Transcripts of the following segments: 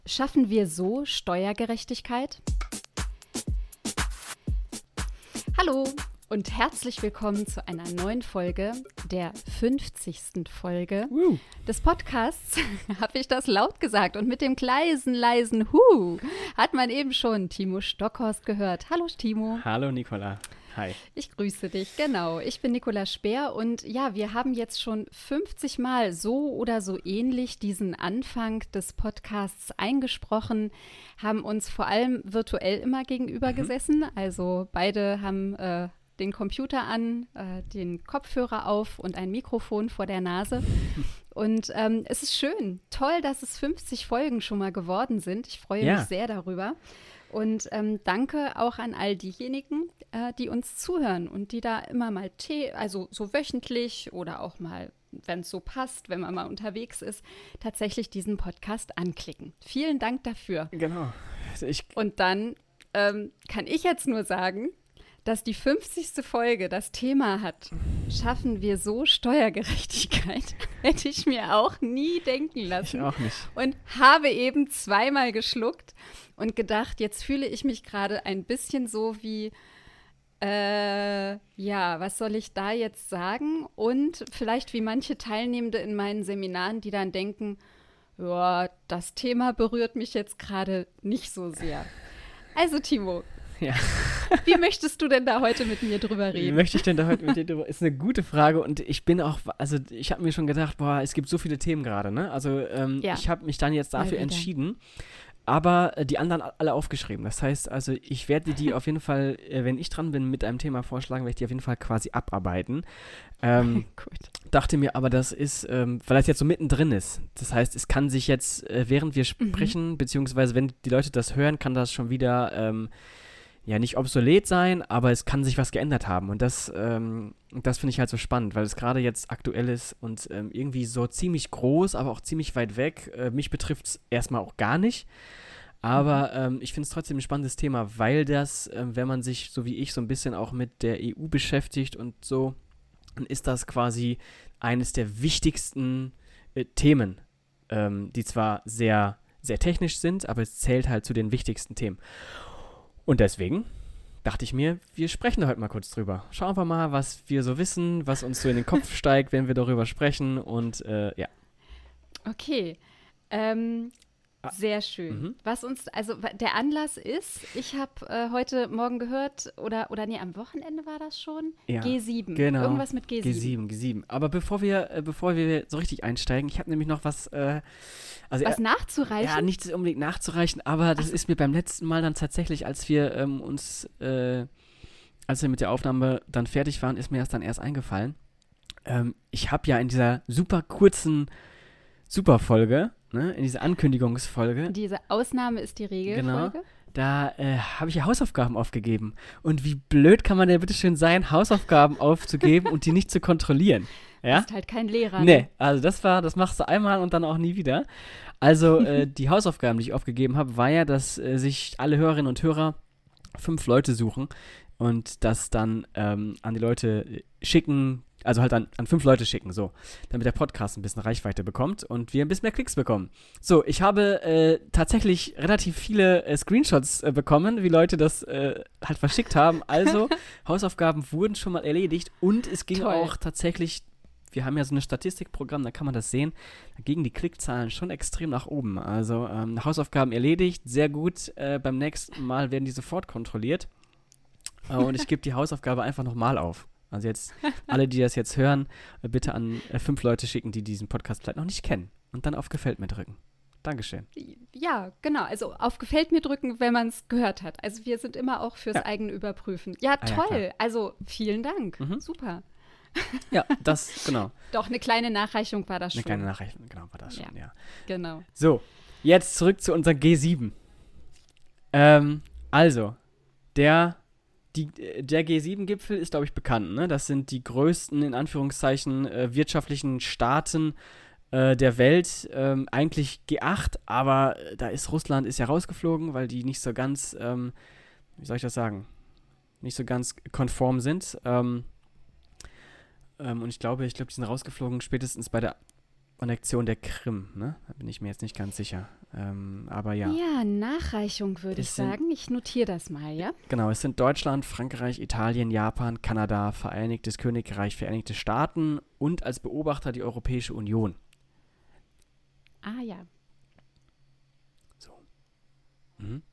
Schaffen wir so Steuergerechtigkeit? Hallo und herzlich willkommen zu einer neuen Folge, der 50. Folge des Podcasts. Habe ich das laut gesagt? Und mit dem leisen Hu hat man eben schon Timo Stockhorst gehört. Hallo Timo. Hallo Nicola. Hi. Ich grüße dich, genau. Ich bin Nicola Speer und ja, wir haben jetzt schon 50 Mal so oder so ähnlich diesen Anfang des Podcasts eingesprochen, haben uns vor allem virtuell immer gegenüber gesessen. Also beide haben den Computer an, den Kopfhörer auf und ein Mikrofon vor der Nase. Und es ist schön, toll, dass es 50 Folgen schon mal geworden sind. Ich freue mich sehr darüber. Und danke auch an all diejenigen, die uns zuhören und die da immer mal also so wöchentlich oder auch mal, wenn es so passt, wenn man mal unterwegs ist, tatsächlich diesen Podcast anklicken. Vielen Dank dafür. Genau. Und dann kann ich jetzt nur sagen, dass die 50. Folge das Thema hat, schaffen wir so Steuergerechtigkeit, hätte ich mir auch nie denken lassen. Ich auch nicht. Und habe eben zweimal geschluckt und gedacht, jetzt fühle ich mich gerade ein bisschen so wie, was soll ich da jetzt sagen? Und vielleicht wie manche Teilnehmende in meinen Seminaren, die dann denken, ja, das Thema berührt mich jetzt gerade nicht so sehr. Also Timo, ja. Wie möchtest du denn da heute mit mir drüber reden? Wie möchte ich denn da heute mit dir drüber? Ist eine gute Frage und ich habe mir schon gedacht, es gibt so viele Themen gerade, ne? Also ich habe mich dann jetzt dafür entschieden, aber die anderen alle aufgeschrieben. Das heißt, also ich werde die auf jeden Fall, wenn ich dran bin mit einem Thema vorschlagen, werde ich die auf jeden Fall quasi abarbeiten. Gut. Dachte mir aber, das ist, weil das jetzt so mittendrin ist. Das heißt, es kann sich jetzt, während wir sprechen, beziehungsweise wenn die Leute das hören, kann das schon wieder nicht obsolet sein, aber es kann sich was geändert haben. Und das finde ich halt so spannend, weil es gerade jetzt aktuell ist und irgendwie so ziemlich groß, aber auch ziemlich weit weg. Mich betrifft es erstmal auch gar nicht. Aber ich finde es trotzdem ein spannendes Thema, weil das, wenn man sich, so wie ich, so ein bisschen auch mit der EU beschäftigt und so, dann ist das quasi eines der wichtigsten Themen, die zwar sehr, sehr technisch sind, aber es zählt halt zu den wichtigsten Themen. Und deswegen dachte ich mir, wir sprechen da heute mal kurz drüber. Schauen wir mal, was wir so wissen, was uns so in den Kopf steigt, wenn wir darüber sprechen und ja. Okay, sehr schön. Der Anlass ist, ich habe heute Morgen gehört, am Wochenende war das schon? Ja, G7. Genau. Irgendwas mit G7. G7. Aber bevor wir so richtig einsteigen, ich habe nämlich noch was was nachzureichen? Ja, nicht unbedingt nachzureichen, aber das ist mir beim letzten Mal dann tatsächlich, als wir mit der Aufnahme dann fertig waren, ist mir das dann erst eingefallen. Ich habe ja in dieser super kurzen Superfolge, ne, in dieser Ankündigungsfolge. Diese Ausnahme ist die Regelfolge. Genau. Da habe ich ja Hausaufgaben aufgegeben. Und wie blöd kann man denn bitte schön sein, Hausaufgaben aufzugeben und die nicht zu kontrollieren? Ja? Du bist halt kein Lehrer. Nee, also das machst du einmal und dann auch nie wieder. Also die Hausaufgaben, die ich aufgegeben habe, war ja, dass sich alle Hörerinnen und Hörer 5 Leute suchen und das dann an die Leute schicken, also halt an 5 Leute schicken, so, damit der Podcast ein bisschen Reichweite bekommt und wir ein bisschen mehr Klicks bekommen. So, ich habe tatsächlich relativ viele Screenshots bekommen, wie Leute das halt verschickt haben. Also, Hausaufgaben wurden schon mal erledigt und es ging auch tatsächlich, wir haben ja so ein Statistikprogramm, da kann man das sehen, da gingen die Klickzahlen schon extrem nach oben. Also, Hausaufgaben erledigt, sehr gut. Beim nächsten Mal werden die sofort kontrolliert. Und ich gebe die Hausaufgabe einfach nochmal auf. Also jetzt, alle, die das jetzt hören, bitte an 5 Leute schicken, die diesen Podcast vielleicht noch nicht kennen. Und dann auf Gefällt mir drücken. Dankeschön. Ja, genau. Also auf Gefällt mir drücken, wenn man es gehört hat. Also wir sind immer auch fürs eigene Überprüfen. Ja, toll. Ja, also vielen Dank. Super. Ja, das, genau. Doch, eine kleine Nachreichung war das schon. Eine kleine Nachreichung, genau, war das schon, ja. Genau. So, jetzt zurück zu unserem G7. Also, der G7-Gipfel ist, glaube ich, bekannt, ne? Das sind die größten, in Anführungszeichen, wirtschaftlichen Staaten der Welt. Eigentlich G8, aber da ist Russland ja rausgeflogen, weil die nicht so ganz, wie soll ich das sagen, nicht so ganz konform sind. Und ich glaube, die sind rausgeflogen spätestens bei der Annexion der Krim, ne? Da bin ich mir jetzt nicht ganz sicher. Aber ja. Ja, Nachreichung würde ich sagen. Ich notiere das mal, ja? Genau, es sind Deutschland, Frankreich, Italien, Japan, Kanada, Vereinigtes Königreich, Vereinigte Staaten und als Beobachter die Europäische Union. Ah ja. So. Mhm.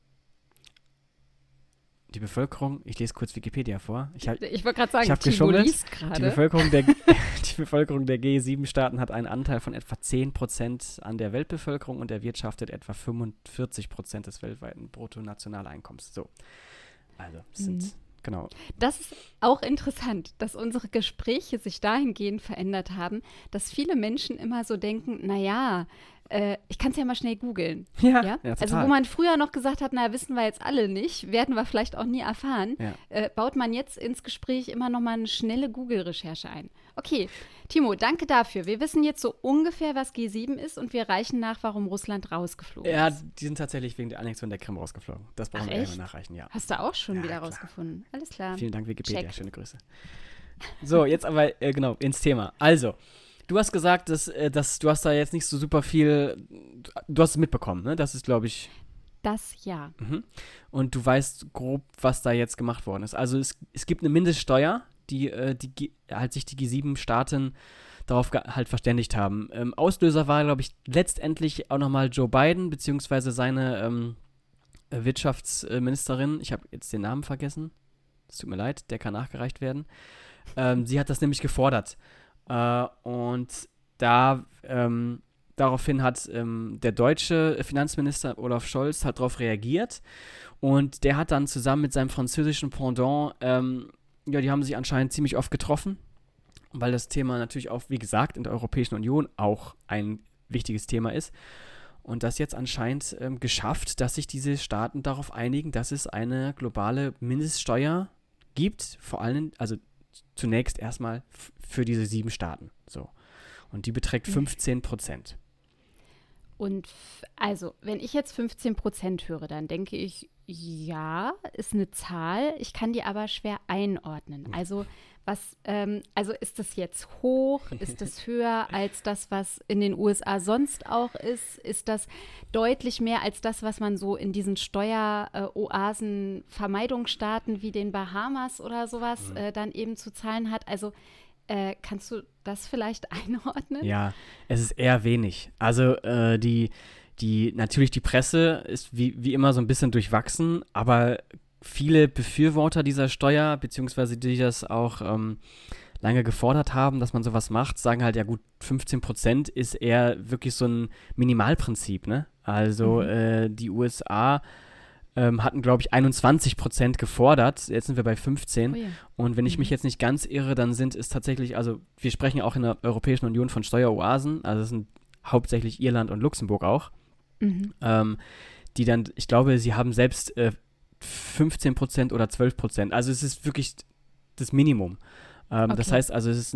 Die Bevölkerung, ich lese kurz Wikipedia vor. Ich wollte gerade sagen, ich habe Timo geschummelt. liest gerade. Die Bevölkerung der G7-Staaten hat einen Anteil von etwa 10% an der Weltbevölkerung und erwirtschaftet etwa 45% des weltweiten Bruttonationaleinkommens. So. Also, es sind, genau. Das ist auch interessant, dass unsere Gespräche sich dahingehend verändert haben, dass viele Menschen immer so denken, naja, ich kann es ja mal schnell googeln. Ja, also wo man früher noch gesagt hat, naja, wissen wir jetzt alle nicht, werden wir vielleicht auch nie erfahren, baut man jetzt ins Gespräch immer noch mal eine schnelle Google-Recherche ein. Okay, Timo, danke dafür. Wir wissen jetzt so ungefähr, was G7 ist und wir reichen nach, warum Russland rausgeflogen ist. Ja, die sind tatsächlich wegen der Annexion der Krim rausgeflogen. Das brauchen wir echt? immer nachreichen, ja. Hast du auch schon wieder klar. rausgefunden? Alles klar. Vielen Dank, Wikipedia. Check. Schöne Grüße. So, jetzt aber genau ins Thema. Also, du hast gesagt, dass du hast da jetzt nicht so super viel, du hast es mitbekommen, ne? Das ist, glaube ich. Das ja. Und du weißt grob, was da jetzt gemacht worden ist. Also es gibt eine Mindeststeuer, die sich die G7-Staaten darauf halt verständigt haben. Auslöser war, glaube ich, letztendlich auch nochmal Joe Biden, beziehungsweise seine Wirtschaftsministerin. Ich habe jetzt den Namen vergessen. Es tut mir leid, der kann nachgereicht werden. Sie hat das nämlich gefordert. Und daraufhin hat der deutsche Finanzminister Olaf Scholz halt darauf reagiert und der hat dann zusammen mit seinem französischen Pendant, die haben sich anscheinend ziemlich oft getroffen, weil das Thema natürlich auch, wie gesagt, in der Europäischen Union auch ein wichtiges Thema ist und das jetzt anscheinend geschafft, dass sich diese Staaten darauf einigen, dass es eine globale Mindeststeuer gibt, vor allem, also zunächst erstmal für diese 7 Staaten. So. Und die beträgt 15%. Und also, wenn ich jetzt 15% höre, dann denke ich, ja, ist eine Zahl. Ich kann die aber schwer einordnen. Also, also ist das jetzt hoch? Ist das höher als das, was in den USA sonst auch ist? Ist das deutlich mehr als das, was man so in diesen Steueroasen, Vermeidungsstaaten wie den Bahamas oder sowas dann eben zu zahlen hat? Also kannst du das vielleicht einordnen? Ja, es ist eher wenig. Also natürlich die Presse ist wie immer so ein bisschen durchwachsen, aber viele Befürworter dieser Steuer, beziehungsweise die das auch lange gefordert haben, dass man sowas macht, sagen halt, ja gut, 15% ist eher wirklich so ein Minimalprinzip, ne? Also die USA hatten, glaube ich, 21% gefordert. Jetzt sind wir bei 15. Oh ja. Und wenn ich mich jetzt nicht ganz irre, dann sind es tatsächlich, also wir sprechen auch in der Europäischen Union von Steueroasen, also es sind hauptsächlich Irland und Luxemburg auch, die dann, ich glaube, sie haben selbst 15% oder 12%. Also es ist wirklich das Minimum. Okay. Das heißt also, ist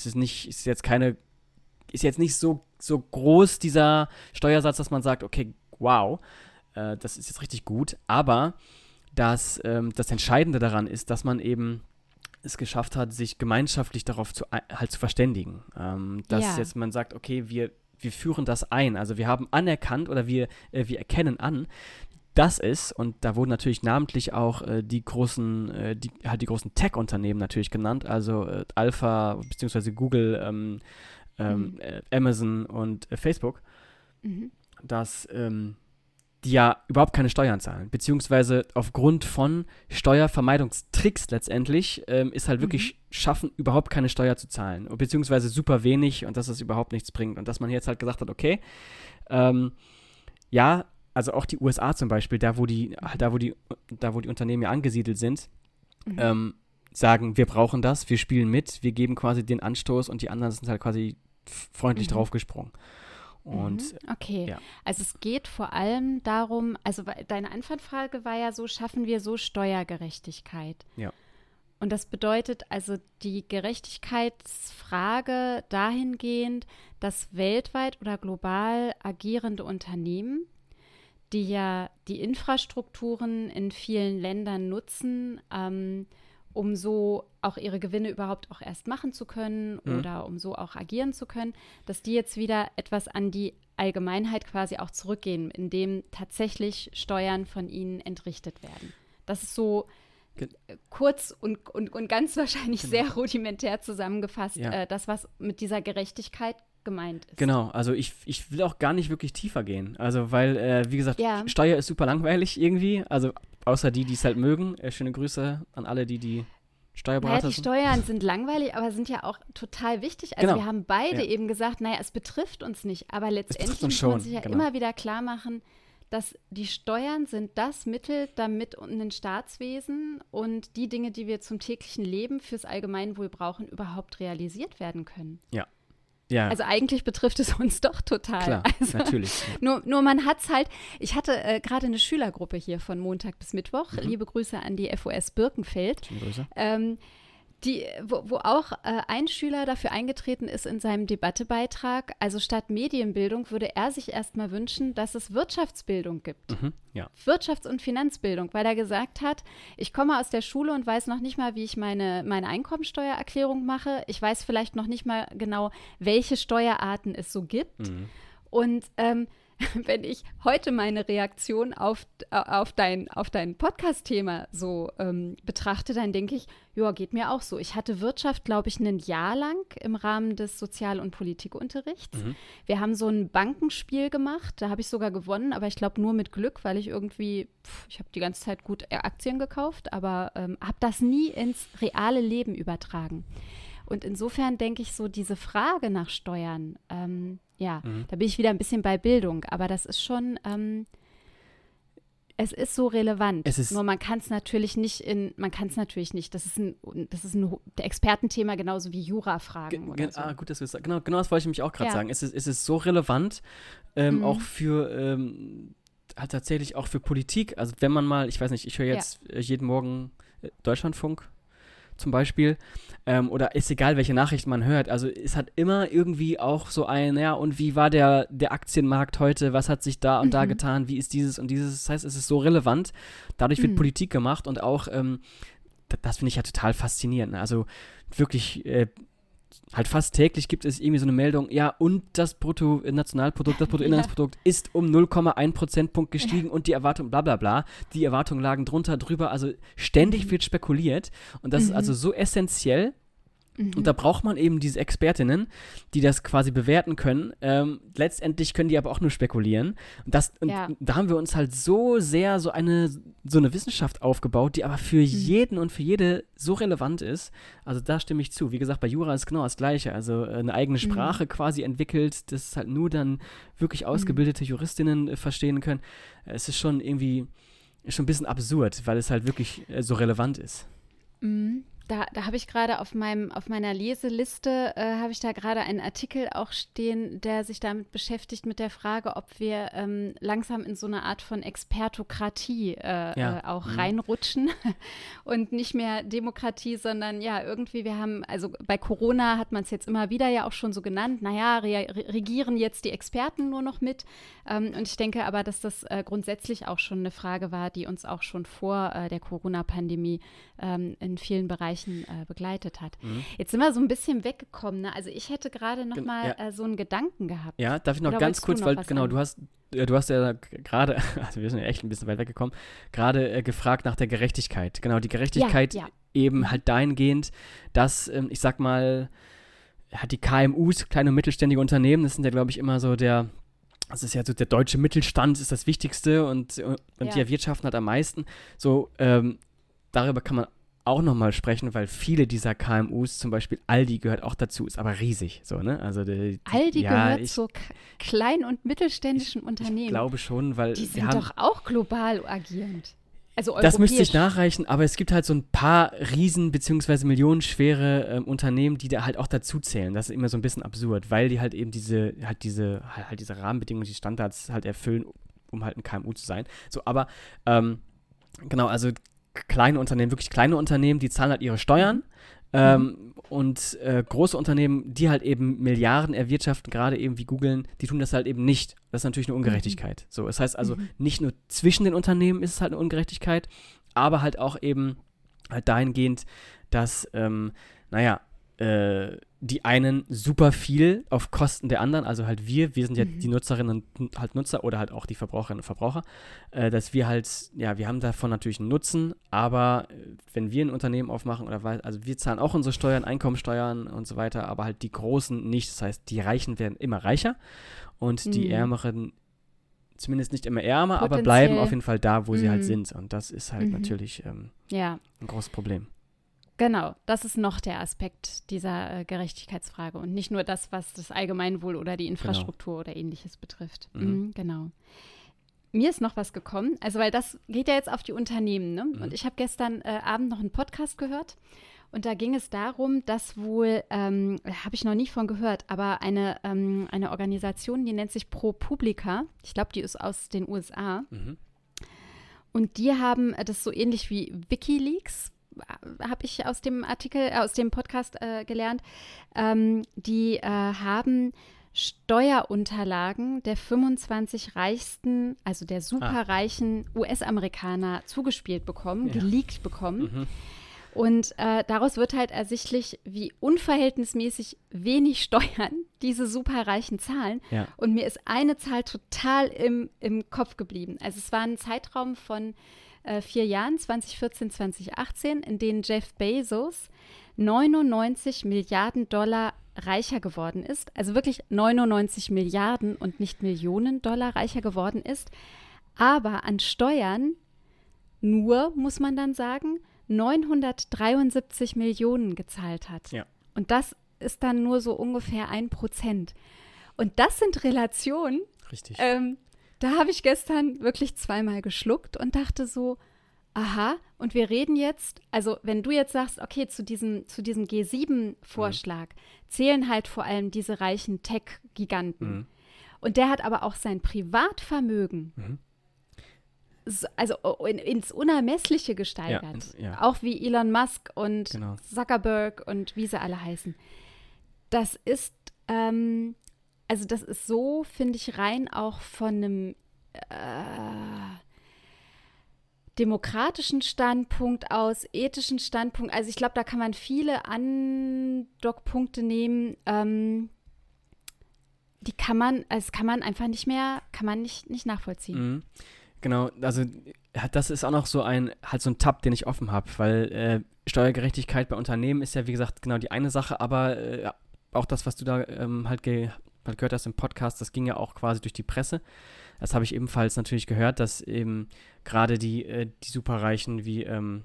jetzt nicht so groß, dieser Steuersatz, dass man sagt, okay, wow, das ist jetzt richtig gut, aber das Entscheidende daran ist, dass man eben es geschafft hat, sich gemeinschaftlich darauf zu verständigen. Dass jetzt man sagt, okay, wir führen das ein. Also wir haben anerkannt oder wir erkennen an, dass es, und da wurden natürlich namentlich auch die großen Tech-Unternehmen natürlich genannt, also Alpha bzw. Google, Amazon und Facebook, dass die ja überhaupt keine Steuern zahlen, beziehungsweise aufgrund von Steuervermeidungstricks letztendlich ist halt wirklich schaffen, überhaupt keine Steuer zu zahlen, beziehungsweise super wenig und dass es überhaupt nichts bringt. Und dass man jetzt halt gesagt hat, okay, also auch die USA zum Beispiel, da wo die Unternehmen ja angesiedelt sind, sagen, wir brauchen das, wir spielen mit, wir geben quasi den Anstoß und die anderen sind halt quasi freundlich draufgesprungen. Und, okay, ja. Also es geht vor allem darum, also deine Anfangsfrage war ja so, schaffen wir so Steuergerechtigkeit? Ja. Und das bedeutet also die Gerechtigkeitsfrage dahingehend, dass weltweit oder global agierende Unternehmen, die ja die Infrastrukturen in vielen Ländern nutzen, um so auch ihre Gewinne überhaupt auch erst machen zu können oder um so auch agieren zu können, dass die jetzt wieder etwas an die Allgemeinheit quasi auch zurückgehen, indem tatsächlich Steuern von ihnen entrichtet werden. Das ist so kurz und ganz wahrscheinlich sehr rudimentär zusammengefasst, das, was mit dieser Gerechtigkeit gemeint ist. Genau, also ich will auch gar nicht wirklich tiefer gehen. Also weil, wie gesagt, Steuer ist super langweilig irgendwie, also außer die es halt mögen. Schöne Grüße an alle, die Steuerberater sind. Die Steuern sind langweilig, aber sind ja auch total wichtig. Also wir haben beide eben gesagt, naja, es betrifft uns nicht, aber letztendlich muss man sich ja immer wieder klar machen, dass die Steuern sind das Mittel, damit ein Staatswesen und die Dinge, die wir zum täglichen Leben fürs Allgemeinwohl brauchen, überhaupt realisiert werden können. Ja. Also eigentlich betrifft es uns doch total. Klar, also, natürlich. Ja. Nur man hat es halt, ich hatte gerade eine Schülergruppe hier von Montag bis Mittwoch, liebe Grüße an die FOS Birkenfeld, wo auch ein Schüler dafür eingetreten ist in seinem Debattebeitrag, also statt Medienbildung würde er sich erstmal wünschen, dass es Wirtschaftsbildung gibt. Wirtschafts- und Finanzbildung, weil er gesagt hat, ich komme aus der Schule und weiß noch nicht mal, wie ich meine Einkommensteuererklärung mache. Ich weiß vielleicht noch nicht mal genau, welche Steuerarten es so gibt. Und wenn ich heute meine Reaktion auf dein Podcast-Thema so betrachte, dann denke ich, ja, geht mir auch so. Ich hatte Wirtschaft, glaube ich, ein Jahr lang im Rahmen des Sozial- und Politikunterrichts. Wir haben so ein Bankenspiel gemacht, da habe ich sogar gewonnen, aber ich glaube nur mit Glück, weil ich irgendwie, ich habe die ganze Zeit gut Aktien gekauft, aber habe das nie ins reale Leben übertragen. Und insofern denke ich so, diese Frage nach Steuern, da bin ich wieder ein bisschen bei Bildung, aber das ist schon, es ist so relevant. Nur man kann es natürlich nicht, das ist ein Expertenthema genauso wie Jura-Fragen oder so. Gut, dass du es sagst. Genau, das wollte ich mich auch gerade sagen. Es ist so relevant, auch für, halt tatsächlich auch für Politik. Also wenn man mal, ich weiß nicht, ich höre jetzt jeden Morgen Deutschlandfunk zum Beispiel, oder ist egal, welche Nachrichten man hört, also es hat immer irgendwie auch so und wie war der Aktienmarkt heute, was hat sich da und da getan, wie ist dieses und dieses, das heißt, es ist so relevant, dadurch wird Politik gemacht und auch, das finde ich ja total faszinierend, ne? Also wirklich, halt fast täglich gibt es irgendwie so eine Meldung, und das Bruttoinlandsprodukt ist um 0,1 Prozentpunkt gestiegen und die Erwartung, bla bla bla, die Erwartungen lagen drüber, also ständig wird spekuliert und das ist also so essentiell. Und da braucht man eben diese Expertinnen, die das quasi bewerten können. Letztendlich können die aber auch nur spekulieren. Und da haben wir uns halt so sehr so eine Wissenschaft aufgebaut, die aber für jeden und für jede so relevant ist. Also da stimme ich zu. Wie gesagt, bei Jura ist genau das Gleiche. Also eine eigene Sprache quasi entwickelt, das halt nur dann wirklich ausgebildete Juristinnen verstehen können. Es ist schon irgendwie schon ein bisschen absurd, weil es halt wirklich so relevant ist. Da habe ich gerade auf meiner Leseliste, habe ich da gerade einen Artikel auch stehen, der sich damit beschäftigt, mit der Frage, ob wir langsam in so eine Art von Expertokratie auch reinrutschen und nicht mehr Demokratie, sondern irgendwie wir haben, also bei Corona hat man es jetzt immer wieder ja auch schon so genannt, regieren jetzt die Experten nur noch mit. Und ich denke aber, dass das grundsätzlich auch schon eine Frage war, die uns auch schon vor der Corona-Pandemie in vielen Bereichen begleitet hat. Jetzt sind wir so ein bisschen weggekommen. Ne? Also ich hätte gerade noch mal so einen Gedanken gehabt. Ja, darf ich noch ganz kurz, weil du hast ja gerade, also wir sind ja echt ein bisschen weit weggekommen, gerade gefragt nach der Gerechtigkeit. Genau, die Gerechtigkeit eben halt dahingehend, dass, ich sag mal, die KMUs, kleine und mittelständige Unternehmen, das sind ja, glaube ich, immer so das ist ja so der deutsche Mittelstand ist das Wichtigste und die erwirtschaften halt am meisten. So, darüber kann man auch nochmal sprechen, weil viele dieser KMUs, zum Beispiel Aldi gehört auch dazu, ist aber riesig, so, ne? Also Aldi gehört zu kleinen und mittelständischen Unternehmen. Ich glaube schon, weil die sind doch auch global agierend. Also europäisch. Das müsste ich nachreichen, aber es gibt halt so ein paar riesen- bzw. millionenschwere Unternehmen, die da halt auch dazu zählen. Das ist immer so ein bisschen absurd, weil die halt eben diese Rahmenbedingungen, die Standards halt erfüllen, um halt ein KMU zu sein. So, aber genau, also kleine Unternehmen, wirklich kleine Unternehmen, die zahlen halt ihre Steuern und große Unternehmen, die halt eben Milliarden erwirtschaften, gerade eben wie Google, die tun das halt eben nicht. Das ist natürlich eine Ungerechtigkeit. So, das heißt also, nicht nur zwischen den Unternehmen ist es halt eine Ungerechtigkeit, aber halt auch eben halt dahingehend, dass, die einen super viel auf Kosten der anderen, also halt wir sind ja die Nutzerinnen und halt Nutzer oder halt auch die Verbraucherinnen und Verbraucher, dass wir halt, ja, wir haben davon natürlich einen Nutzen, aber wenn wir ein Unternehmen aufmachen also wir zahlen auch unsere Steuern, Einkommensteuern und so weiter, aber halt die Großen nicht. Das heißt, die Reichen werden immer reicher und die Ärmeren zumindest nicht immer ärmer, aber bleiben auf jeden Fall da, wo sie halt sind. Und das ist halt natürlich ein großes Problem. Genau, das ist noch der Aspekt dieser Gerechtigkeitsfrage und nicht nur das, was das Allgemeinwohl oder die Infrastruktur oder Ähnliches betrifft. Genau. Mir ist noch was gekommen, also weil das geht ja jetzt auf die Unternehmen, ne? Und ich habe gestern Abend noch einen Podcast gehört und da ging es darum, dass wohl, habe ich noch nie von gehört, aber eine Organisation, die nennt sich ProPublica, ich glaube, die ist aus den USA und die haben das so ähnlich wie WikiLeaks, habe ich aus dem Artikel, aus dem Podcast gelernt, die haben Steuerunterlagen der 25 reichsten, also der superreichen US-Amerikaner zugespielt bekommen, geleakt bekommen. Und daraus wird halt ersichtlich, wie unverhältnismäßig wenig Steuern diese superreichen zahlen. Ja. Und mir ist eine Zahl total im Kopf geblieben. Also es war ein Zeitraum von 4 Jahren, 2014, 2018, in denen Jeff Bezos 99 Milliarden Dollar reicher geworden ist, also wirklich 99 Milliarden und nicht Millionen Dollar reicher geworden ist, aber an Steuern nur, muss man dann sagen, 973 Millionen gezahlt hat. Ja. Und das ist dann nur so ungefähr 1%. Und das sind Relationen. Richtig. Da habe ich gestern wirklich 2-mal geschluckt und dachte so, aha, und wir reden jetzt, also wenn du jetzt sagst, okay, zu diesem G7-Vorschlag zählen halt vor allem diese reichen Tech-Giganten. Und der hat aber auch sein Privatvermögen ins Unermessliche gesteigert. Auch wie Elon Musk und Zuckerberg und wie sie alle heißen. Das ist das ist so, finde ich, rein auch von einem demokratischen Standpunkt aus, ethischen Standpunkt. Also ich glaube, da kann man viele Andockpunkte nehmen, die kann man einfach nicht mehr, nicht nachvollziehen. Genau, also das ist auch noch so ein Tab, den ich offen habe, weil Steuergerechtigkeit bei Unternehmen ist ja, wie gesagt, genau die eine Sache, aber auch das, was du da gehört hast im Podcast, das ging ja auch quasi durch die Presse. Das habe ich ebenfalls natürlich gehört, dass eben gerade die Superreichen wie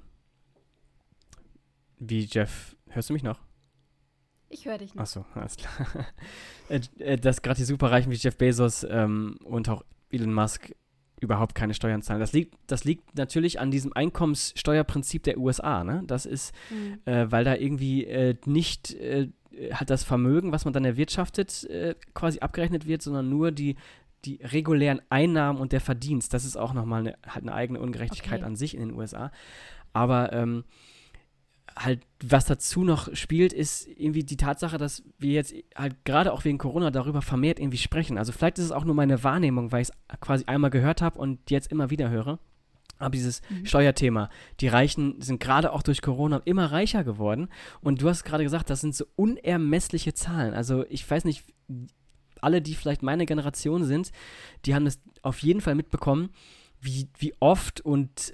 Jeff, hörst du mich noch? Ich höre dich noch. Achso, alles klar. Dass gerade die Superreichen wie Jeff Bezos und auch Elon Musk überhaupt keine Steuern zahlen. Das liegt natürlich an diesem Einkommenssteuerprinzip der USA, ne? Das ist, weil da irgendwie nicht halt das Vermögen, was man dann erwirtschaftet, quasi abgerechnet wird, sondern nur die regulären Einnahmen und der Verdienst. Das ist auch nochmal eine eigene Ungerechtigkeit an sich in den USA. Aber halt, was dazu noch spielt, ist irgendwie die Tatsache, dass wir jetzt halt gerade auch wegen Corona darüber vermehrt irgendwie sprechen. Also vielleicht ist es auch nur meine Wahrnehmung, weil ich es quasi einmal gehört habe und jetzt immer wieder höre. Aber dieses Steuerthema, die Reichen sind gerade auch durch Corona immer reicher geworden. Und du hast gerade gesagt, das sind so unermessliche Zahlen. Also ich weiß nicht, alle, die vielleicht meine Generation sind, die haben das auf jeden Fall mitbekommen, wie oft und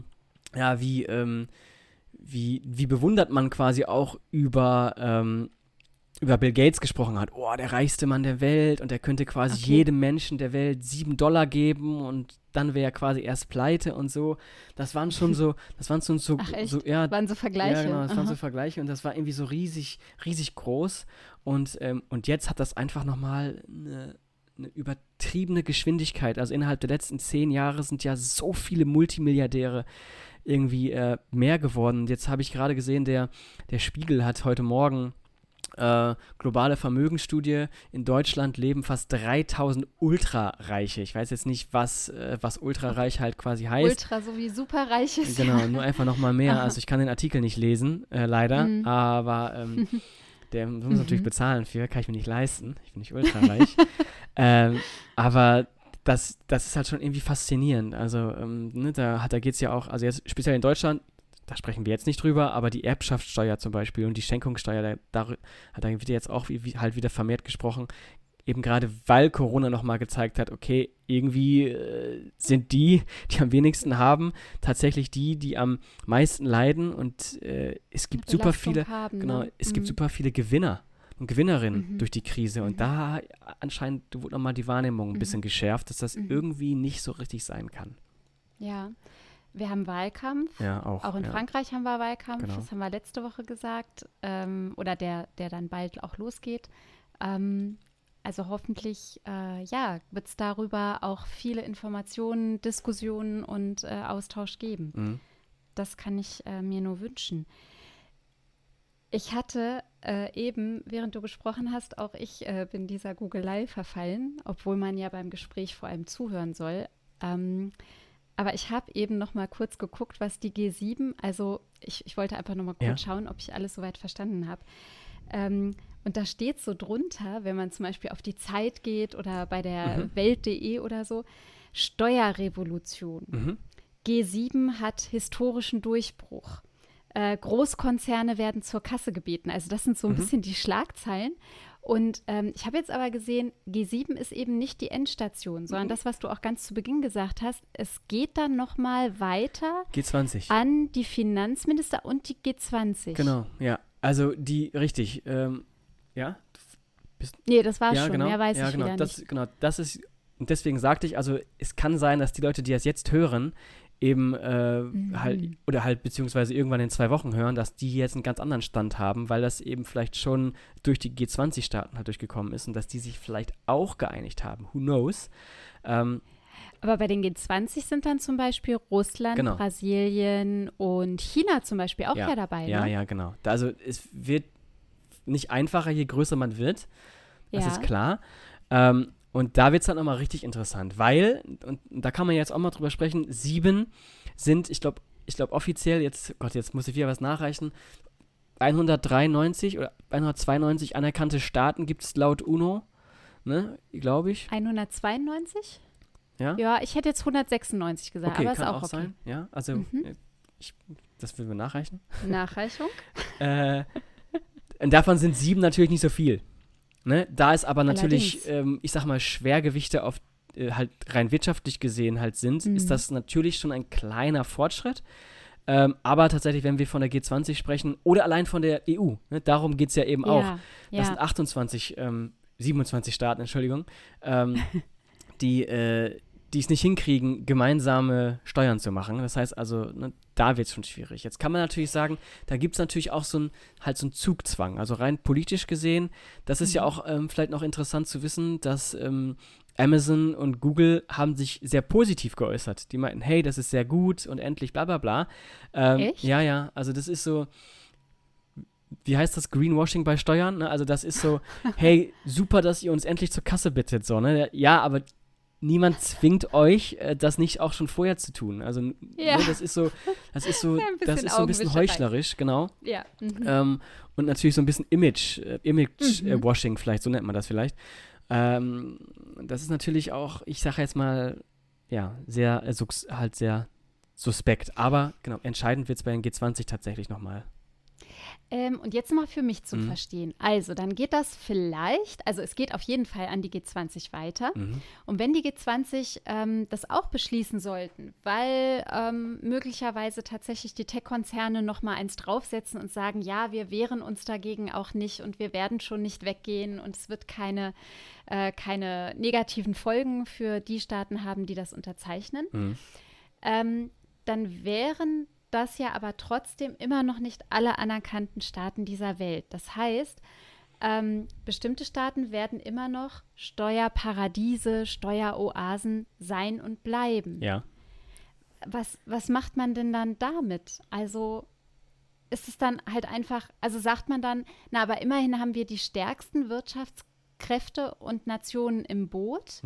wie bewundert man quasi auch über Bill Gates gesprochen hat. Oh, der reichste Mann der Welt und der könnte quasi jedem Menschen der Welt $7 geben und dann wäre er quasi erst pleite und so. Das waren schon so, Ach, echt? Waren so Vergleiche? Ja, genau, das waren so Vergleiche und das war irgendwie so riesig, riesig groß und jetzt hat das einfach nochmal eine übertriebene Geschwindigkeit. Also innerhalb der letzten 10 Jahre sind ja so viele Multimilliardäre irgendwie mehr geworden. Und jetzt habe ich gerade gesehen, der Spiegel hat heute Morgen globale Vermögensstudie. In Deutschland leben fast 3000 Ultrareiche. Ich weiß jetzt nicht, was Ultrareich halt quasi heißt. Ultra, so wie superreich ist. Genau, nur einfach nochmal mehr. Also ich kann den Artikel nicht lesen, leider, aber der muss natürlich bezahlen für, kann ich mir nicht leisten. Ich bin nicht ultrareich. Aber das ist halt schon irgendwie faszinierend. Also da geht es ja auch, also jetzt speziell in Deutschland, da sprechen wir jetzt nicht drüber, aber die Erbschaftssteuer zum Beispiel und die Schenkungssteuer, da wird jetzt auch halt wieder vermehrt gesprochen, eben gerade weil Corona nochmal gezeigt hat, okay, irgendwie sind die am wenigsten haben, tatsächlich die am meisten leiden und es gibt super viele, haben, genau, ne? es gibt super viele Gewinner und Gewinnerinnen Mhm. durch die Krise und da anscheinend wurde nochmal die Wahrnehmung ein bisschen geschärft, dass das irgendwie nicht so richtig sein kann. Ja, wir haben Wahlkampf. Ja, Auch in Frankreich haben wir Wahlkampf. Genau. Das haben wir letzte Woche gesagt. Oder der dann bald auch losgeht. Also hoffentlich, wird es darüber auch viele Informationen, Diskussionen und Austausch geben. Mhm. Das kann ich mir nur wünschen. Ich hatte eben, während du gesprochen hast, auch ich bin dieser Googelei verfallen, obwohl man ja beim Gespräch vor allem zuhören soll. Aber ich habe eben noch mal kurz geguckt, was die G7, also ich wollte einfach noch mal kurz schauen, ob ich alles soweit verstanden habe. Und da steht so drunter, wenn man zum Beispiel auf die Zeit geht oder bei der Welt.de oder so, Steuerrevolution. Mhm. G7 hat historischen Durchbruch. Großkonzerne werden zur Kasse gebeten. Also das sind so ein bisschen die Schlagzeilen. Und ich habe jetzt aber gesehen, G7 ist eben nicht die Endstation, sondern das, was du auch ganz zu Beginn gesagt hast, es geht dann noch mal weiter G20. an die Finanzminister und die G20. Genau, ja. Also richtig. Ja? Nee, das war schon. Genau. Mehr weiß ich genau. wieder nicht. Genau, das ist, und deswegen sagte ich, also es kann sein, dass die Leute, die das jetzt hören, eben halt beziehungsweise irgendwann in 2 Wochen hören, dass die jetzt einen ganz anderen Stand haben, weil das eben vielleicht schon durch die G20-Staaten halt durchgekommen ist und dass die sich vielleicht auch geeinigt haben. Who knows? Aber bei den G20 sind dann zum Beispiel Russland, Genau. Brasilien und China zum Beispiel auch ja dabei. Ja, ne? ja, genau. Also es wird nicht einfacher, je größer man wird. Das ist klar. Und da wird es dann nochmal richtig interessant, weil, und da kann man jetzt auch mal drüber sprechen, 7 sind, ich glaube offiziell, jetzt muss ich wieder was nachreichen, 193 oder 192 anerkannte Staaten gibt es laut UNO, ne, glaube ich. 192? Ja? Ja, ich hätte jetzt 196 gesagt, Okay, aber kann ist auch okay. sein. Ja, also das würden wir nachreichen. Nachreichung? Und davon sind 7 natürlich nicht so viel. Ne? Da es aber natürlich, ich sag mal, Schwergewichte auf halt rein wirtschaftlich gesehen halt sind, ist das natürlich schon ein kleiner Fortschritt. Aber tatsächlich, wenn wir von der G20 sprechen oder allein von der EU, ne, darum geht es ja eben auch. Das sind 27 Staaten, Entschuldigung, die es nicht hinkriegen, gemeinsame Steuern zu machen. Das heißt also, ne, da wird es schon schwierig. Jetzt kann man natürlich sagen, da gibt es natürlich auch so einen Zugzwang. Also rein politisch gesehen, das ist ja auch vielleicht noch interessant zu wissen, dass Amazon und Google haben sich sehr positiv geäußert. Die meinten, hey, das ist sehr gut und endlich bla bla bla. Echt? Ja, also das ist so, wie heißt das, Greenwashing bei Steuern? Ne? Also das ist so, hey, super, dass ihr uns endlich zur Kasse bittet. So, ne? Ja, aber niemand zwingt euch, das nicht auch schon vorher zu tun. Also ne, das ist so ein bisschen heuchlerisch, genau. Ja. Und natürlich so ein bisschen Image-Washing vielleicht, so nennt man das vielleicht. Das ist natürlich auch, ich sage jetzt mal, ja, sehr suspekt. Aber genau, entscheidend wird es bei den G20 tatsächlich nochmal. Und jetzt mal für mich zum Verstehen. Also, dann geht das vielleicht, also es geht auf jeden Fall an die G20 weiter. Und wenn die G20 das auch beschließen sollten, weil möglicherweise tatsächlich die Tech-Konzerne noch mal eins draufsetzen und sagen, ja, wir wehren uns dagegen auch nicht und wir werden schon nicht weggehen und es wird keine negativen Folgen für die Staaten haben, die das unterzeichnen, dann wären das ja aber trotzdem immer noch nicht alle anerkannten Staaten dieser Welt. Das heißt, bestimmte Staaten werden immer noch Steuerparadiese, Steueroasen sein und bleiben. Ja. Was macht man denn dann damit? Also ist es dann halt einfach, also sagt man dann, na, aber immerhin haben wir die stärksten Wirtschaftskräfte und Nationen im Boot.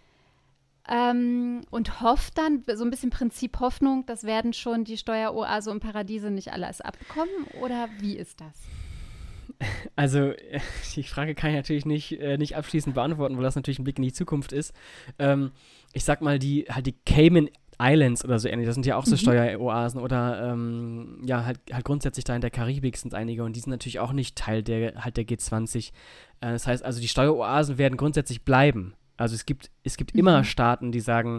Und hofft dann, so ein bisschen Prinzip Hoffnung, das werden schon die Steueroase und Paradiese nicht alles abbekommen? Oder wie ist das? Also, die Frage kann ich natürlich nicht abschließend beantworten, weil das natürlich ein Blick in die Zukunft ist. Ich sag mal, die Cayman Islands oder so ähnlich, das sind ja auch so Steueroasen oder halt grundsätzlich da in der Karibik sind einige und die sind natürlich auch nicht Teil der G20. Das heißt also, die Steueroasen werden grundsätzlich bleiben. Also es gibt immer Staaten, die sagen,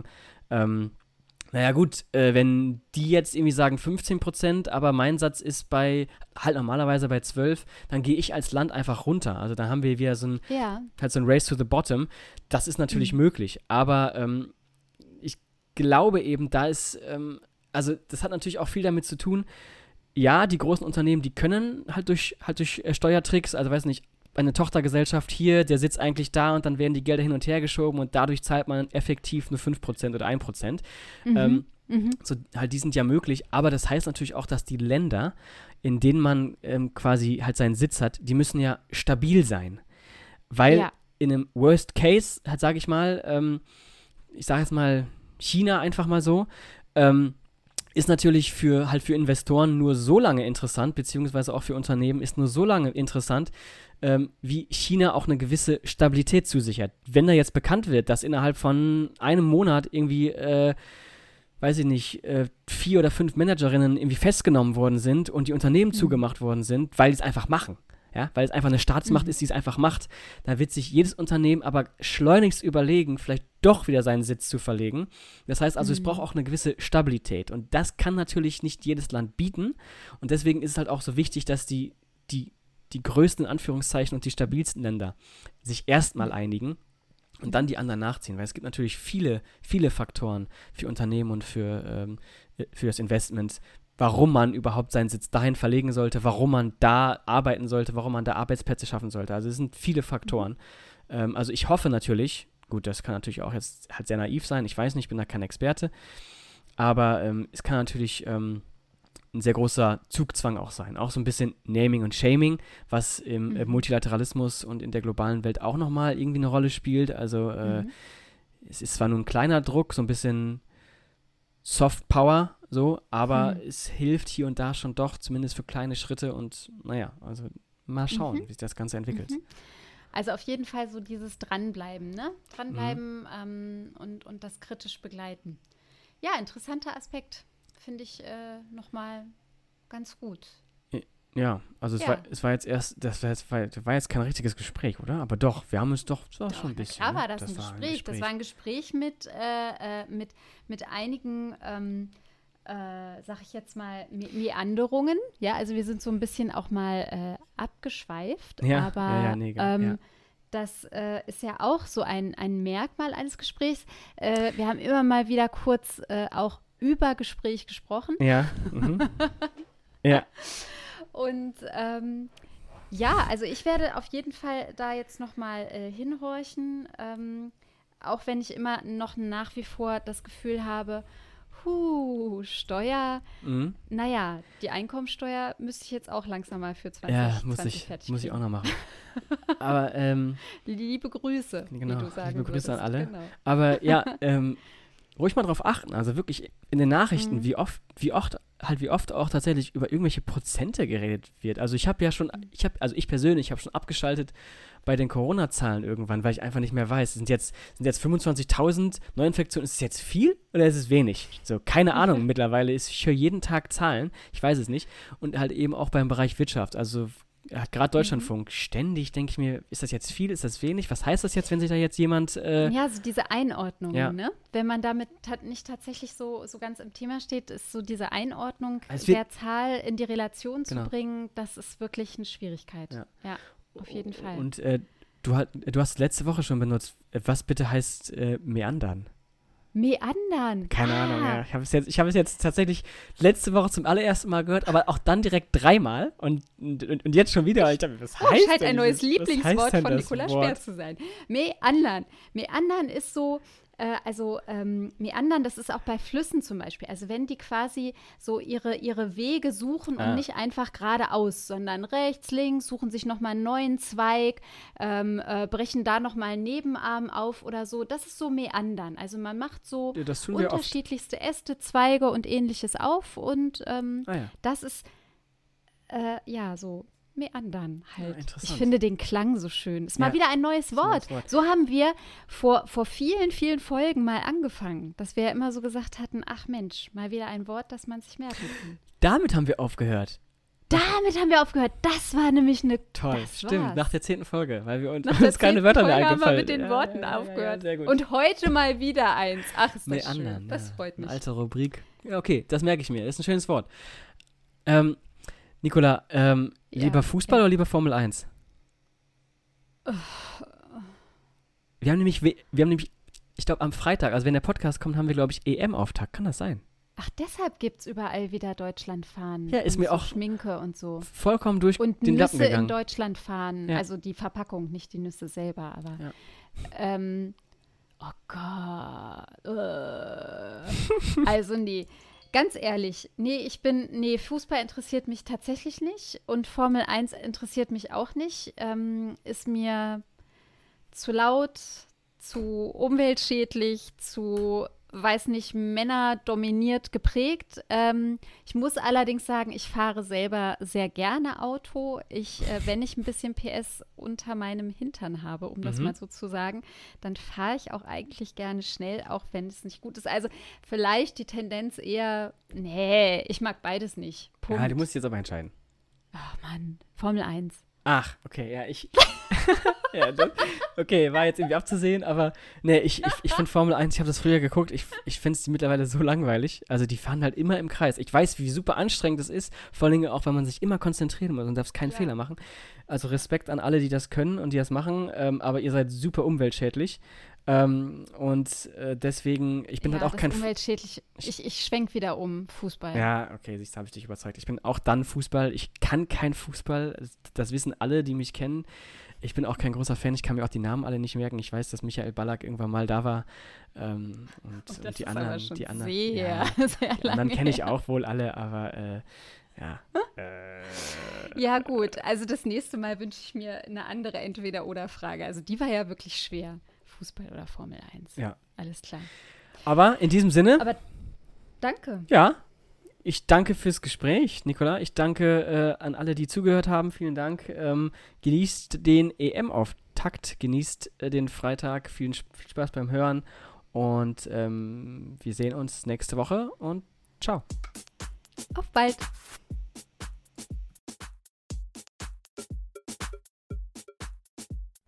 naja gut, wenn die jetzt irgendwie sagen 15%, aber mein Satz ist normalerweise bei 12%, dann gehe ich als Land einfach runter. Also da haben wir wieder so ein Race to the Bottom. Das ist natürlich möglich, aber ich glaube eben, da ist, also das hat natürlich auch viel damit zu tun, ja, die großen Unternehmen, die können halt durch Steuertricks, also weiß nicht, eine Tochtergesellschaft hier, der sitzt eigentlich da und dann werden die Gelder hin und her geschoben und dadurch zahlt man effektiv nur 5% oder 1%. So, halt, die sind ja möglich, aber das heißt natürlich auch, dass die Länder, in denen man quasi halt seinen Sitz hat, die müssen ja stabil sein. Weil in einem Worst Case, halt sage ich mal, ich sage jetzt mal China einfach mal so, ist natürlich für Investoren nur so lange interessant, beziehungsweise auch für Unternehmen ist nur so lange interessant, wie China auch eine gewisse Stabilität zusichert. Wenn da jetzt bekannt wird, dass innerhalb von einem Monat irgendwie, weiß ich nicht, 4 oder 5 Managerinnen irgendwie festgenommen worden sind und die Unternehmen zugemacht worden sind, weil die es einfach machen. Ja, weil es einfach eine Staatsmacht ist, die es einfach macht, da wird sich jedes Unternehmen aber schleunigst überlegen, vielleicht doch wieder seinen Sitz zu verlegen. Das heißt also, es braucht auch eine gewisse Stabilität und das kann natürlich nicht jedes Land bieten und deswegen ist es halt auch so wichtig, dass die größten, in Anführungszeichen, und die stabilsten Länder sich erstmal einigen und dann die anderen nachziehen, weil es gibt natürlich viele, viele Faktoren für Unternehmen und für das Investment, warum man überhaupt seinen Sitz dahin verlegen sollte, warum man da arbeiten sollte, warum man da Arbeitsplätze schaffen sollte. Also es sind viele Faktoren. Also ich hoffe natürlich, gut, das kann natürlich auch jetzt halt sehr naiv sein, ich weiß nicht, ich bin da kein Experte, aber es kann natürlich ein sehr großer Zugzwang auch sein. Auch so ein bisschen Naming und Shaming, was im Multilateralismus und in der globalen Welt auch nochmal irgendwie eine Rolle spielt. Also es ist zwar nur ein kleiner Druck, so ein bisschen Soft Power, so, aber es hilft hier und da schon doch, zumindest für kleine Schritte und naja, also mal schauen, wie sich das Ganze entwickelt. Also auf jeden Fall so dieses Dranbleiben, ne? Dranbleiben und das kritisch begleiten. Ja, interessanter Aspekt, finde ich nochmal ganz gut. Ja, also es war jetzt kein richtiges Gespräch, oder? Aber doch, wir haben es doch schon ein bisschen. Klar war das ein Gespräch. Das war ein Gespräch mit einigen, sag ich jetzt mal, Meanderungen. Ja, also wir sind so ein bisschen auch mal abgeschweift. Ja, aber ja. das ist ja auch so ein Merkmal eines Gesprächs. Wir haben immer mal wieder kurz auch über Gespräch gesprochen. Ja. Ja. Und also ich werde auf jeden Fall da jetzt nochmal hinhorchen, auch wenn ich immer noch nach wie vor das Gefühl habe, Steuer, naja, die Einkommensteuer müsste ich jetzt auch langsam mal für 2020 fertig muss ich auch noch machen. Aber liebe Grüße, genau, wie du sagen liebe Grüße würdest. an alle. Genau. Aber ja, ruhig mal drauf achten, also wirklich in den Nachrichten, wie oft auch tatsächlich über irgendwelche Prozente geredet wird. Also ich persönlich habe schon abgeschaltet bei den Corona-Zahlen irgendwann, weil ich einfach nicht mehr weiß, sind jetzt 25.000 Neuinfektionen, ist es jetzt viel oder ist es wenig? So, keine Ahnung mittlerweile, ich höre jeden Tag Zahlen, ich weiß es nicht. Und halt eben auch beim Bereich Wirtschaft, also gerade Deutschlandfunk, ständig denke ich mir, ist das jetzt viel, ist das wenig? Was heißt das jetzt, wenn sich da jetzt jemand... ja, so diese Einordnung, ne? Wenn man damit nicht tatsächlich so ganz im Thema steht, ist so diese Einordnung der Zahl in die Relation zu bringen, das ist wirklich eine Schwierigkeit. Ja, auf jeden Fall. Und du hast letzte Woche schon benutzt, was bitte heißt meandern? Meandern. Keine Ahnung, ja. Ich habe es jetzt tatsächlich letzte Woche zum allerersten Mal gehört, aber auch dann direkt 3-mal und jetzt schon wieder. Ich dachte, was heißt scheint ein neues Lieblingswort von Nicola Speer zu sein. Meandern. Meandern ist so, Meandern, das ist auch bei Flüssen zum Beispiel. Also wenn die quasi so ihre Wege suchen und nicht einfach geradeaus, sondern rechts, links, suchen sich nochmal einen neuen Zweig, brechen da nochmal einen Nebenarm auf oder so. Das ist so Meandern. Also man macht so unterschiedlichste Äste, Zweige und ähnliches auf und das ist so Meandern halt. Ja, interessant. Ich finde den Klang so schön. Ist mal Ja, wieder ein neues ein Wort. neues Wort. So haben wir vor vielen, vielen Folgen mal angefangen, dass wir ja immer so gesagt hatten, ach Mensch, mal wieder ein Wort, das man sich merken kann. Damit haben wir aufgehört. Damit haben wir aufgehört. Das war nämlich eine Toll, das stimmt. war's. Nach der 10. Folge, weil wir uns Nach der keine 10. Wörter mehr Folge haben wir eingefallen. mit den Worten aufgehört. Ja, sehr gut. Und heute mal wieder eins. Ach, ist das Meandern, schön. Das freut mich. Eine alte Rubrik. Ja, okay, das merke ich mir. Das ist ein schönes Wort. Nicola, lieber Fußball oder lieber Formel 1? Wir haben nämlich, ich glaube, am Freitag, also wenn der Podcast kommt, haben wir, glaube ich, EM-Auftakt. Kann das sein? Ach, deshalb gibt es überall wieder Deutschlandfahnen. Ja, ist und mir so auch Schminke und so. Vollkommen durch Und den Lappen Nüsse in gegangen. Deutschlandfahnen. Ja. Also die Verpackung, nicht die Nüsse selber, aber. Ja. Oh Gott. Also nee. Ganz ehrlich, Fußball interessiert mich tatsächlich nicht und Formel 1 interessiert mich auch nicht. Ist mir zu laut, zu umweltschädlich, zu, weiß nicht, männerdominiert geprägt. Ich muss allerdings sagen, ich fahre selber sehr gerne Auto. Wenn ich ein bisschen PS unter meinem Hintern habe, um das mal so zu sagen, dann fahre ich auch eigentlich gerne schnell, auch wenn es nicht gut ist. Also vielleicht die Tendenz eher, nee, ich mag beides nicht. Punkt. Ja, du musst jetzt aber entscheiden. Ach Mann, Formel 1. Ach, okay, ja, ja, okay, war jetzt irgendwie abzusehen, aber nee, ich finde Formel 1, ich habe das früher geguckt, ich finde es mittlerweile so langweilig. Also die fahren halt immer im Kreis. Ich weiß, wie super anstrengend es ist, vor allen Dingen auch, weil man sich immer konzentrieren muss und darf keinen Fehler machen. Also Respekt an alle, die das können und die das machen, aber ihr seid super umweltschädlich. Deswegen, ich bin halt auch kein umweltschädlich. Ich schwenk wieder um, Fußball. Ja, okay, siehst du, habe ich dich überzeugt. Ich bin auch dann Fußball. Ich kann kein Fußball. Das wissen alle, die mich kennen. Ich bin auch kein großer Fan. Ich kann mir auch die Namen alle nicht merken. Ich weiß, dass Michael Ballack irgendwann mal da war. Und die anderen, sehr, sehr lange anderen kenne ich auch wohl alle, aber ja. Ja, gut. Also das nächste Mal wünsche ich mir eine andere Entweder-oder-Frage. Also die war ja wirklich schwer. Fußball oder Formel 1. Ja. Alles klar. Aber in diesem Sinne. Aber danke. Ja. Ich danke fürs Gespräch, Nicola. Ich danke an alle, die zugehört haben. Vielen Dank. Genießt den EM-Auftakt. Genießt den Freitag. Viel Spaß beim Hören. Und wir sehen uns nächste Woche. Und ciao. Auf bald.